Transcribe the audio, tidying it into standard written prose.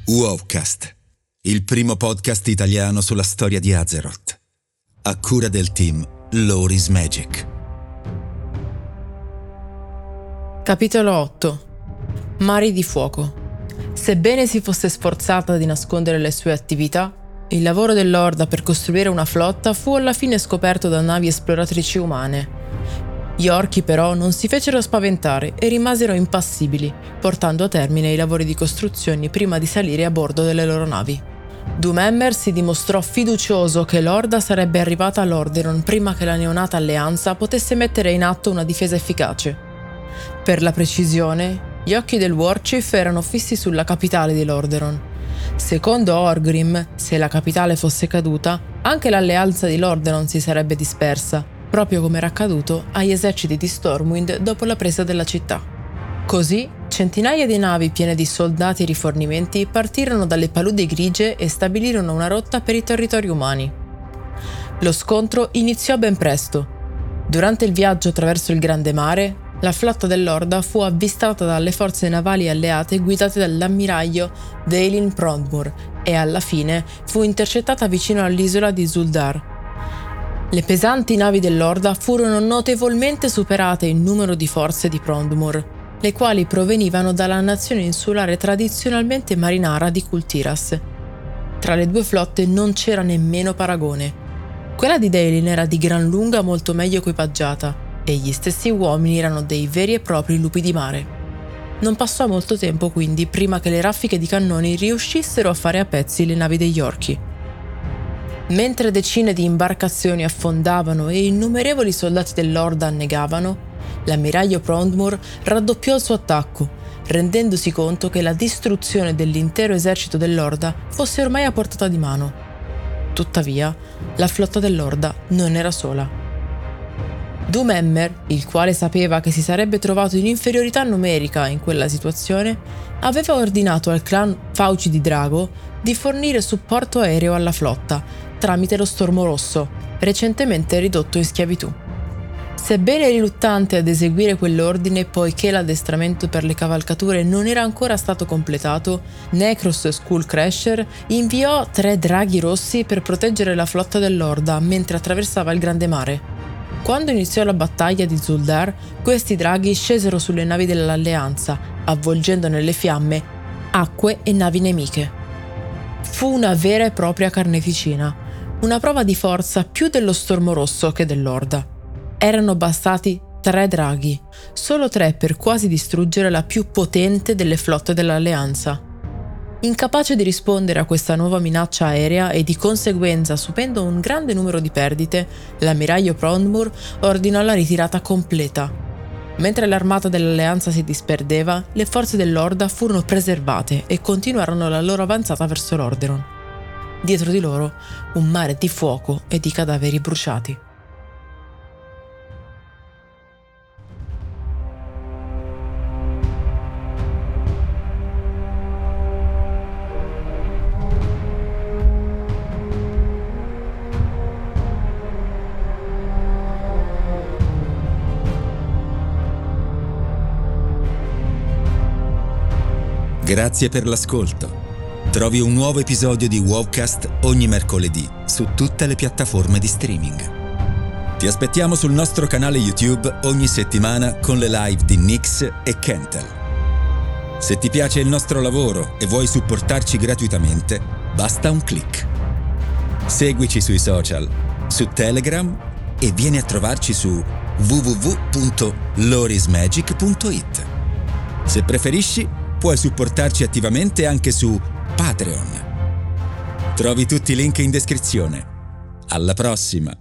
Wowcast, il primo podcast italiano sulla storia di Azeroth, a cura del team Lore is Magic. Capitolo 8. Mari di fuoco. Sebbene si fosse sforzata di nascondere le sue attività, il lavoro dell'Orda per costruire una flotta fu alla fine scoperto da navi esploratrici umane. Gli orchi però non si fecero spaventare e rimasero impassibili, portando a termine i lavori di costruzione prima di salire a bordo delle loro navi. Doomhammer si dimostrò fiducioso che l'Orda sarebbe arrivata a Lordaeron prima che la neonata alleanza potesse mettere in atto una difesa efficace. Per la precisione, gli occhi del Warchief erano fissi sulla capitale di Lordaeron. Secondo Orgrim, se la capitale fosse caduta, anche l'alleanza di Lordaeron si sarebbe dispersa, proprio come era accaduto agli eserciti di Stormwind dopo la presa della città. Così, centinaia di navi piene di soldati e rifornimenti partirono dalle paludi grigie e stabilirono una rotta per i territori umani. Lo scontro iniziò ben presto. Durante il viaggio attraverso il Grande Mare, la flotta dell'Orda fu avvistata dalle forze navali alleate guidate dall'ammiraglio Daelin Prondmur e alla fine fu intercettata vicino all'isola di Zuldar. Le pesanti navi dell'Orda furono notevolmente superate in numero di forze di Prondmur, le quali provenivano dalla nazione insulare tradizionalmente marinara di Kultiras. Tra le due flotte non c'era nemmeno paragone. Quella di Daelin era di gran lunga molto meglio equipaggiata e gli stessi uomini erano dei veri e propri lupi di mare. Non passò molto tempo quindi prima che le raffiche di cannoni riuscissero a fare a pezzi le navi degli orchi. Mentre decine di imbarcazioni affondavano e innumerevoli soldati dell'Orda annegavano, l'ammiraglio Prondmur raddoppiò il suo attacco, rendendosi conto che la distruzione dell'intero esercito dell'Orda fosse ormai a portata di mano. Tuttavia, la flotta dell'Orda non era sola. Doomhammer, il quale sapeva che si sarebbe trovato in inferiorità numerica in quella situazione, aveva ordinato al clan Fauci di Drago di fornire supporto aereo alla flotta tramite lo Stormo Rosso, recentemente ridotto in schiavitù. Sebbene riluttante ad eseguire quell'ordine poiché l'addestramento per le cavalcature non era ancora stato completato, Necros Skullcrusher inviò 3 draghi rossi per proteggere la flotta dell'Orda mentre attraversava il Grande Mare. Quando iniziò la battaglia di Zuldar, questi draghi scesero sulle navi dell'Alleanza, avvolgendo nelle fiamme acque e navi nemiche. Fu una vera e propria carneficina, una prova di forza più dello Stormo Rosso che dell'Orda. Erano bastati 3 draghi, solo 3 per quasi distruggere la più potente delle flotte dell'Alleanza. Incapace di rispondere a questa nuova minaccia aerea e di conseguenza subendo un grande numero di perdite, l'ammiraglio Prondmur ordinò la ritirata completa. Mentre l'armata dell'Alleanza si disperdeva, le forze dell'Orda furono preservate e continuarono la loro avanzata verso Lordaeron. Dietro di loro un mare di fuoco e di cadaveri bruciati. Grazie per l'ascolto. Trovi un nuovo episodio di Wowcast ogni mercoledì su tutte le piattaforme di streaming. Ti aspettiamo sul nostro canale YouTube ogni settimana con le live di Nyx e Kentel. Se ti piace il nostro lavoro e vuoi supportarci gratuitamente, basta un click. Seguici sui social, su Telegram e vieni a trovarci su www.lorismagic.it. Se preferisci, puoi supportarci attivamente anche su Patreon. Trovi tutti i link in descrizione. Alla prossima!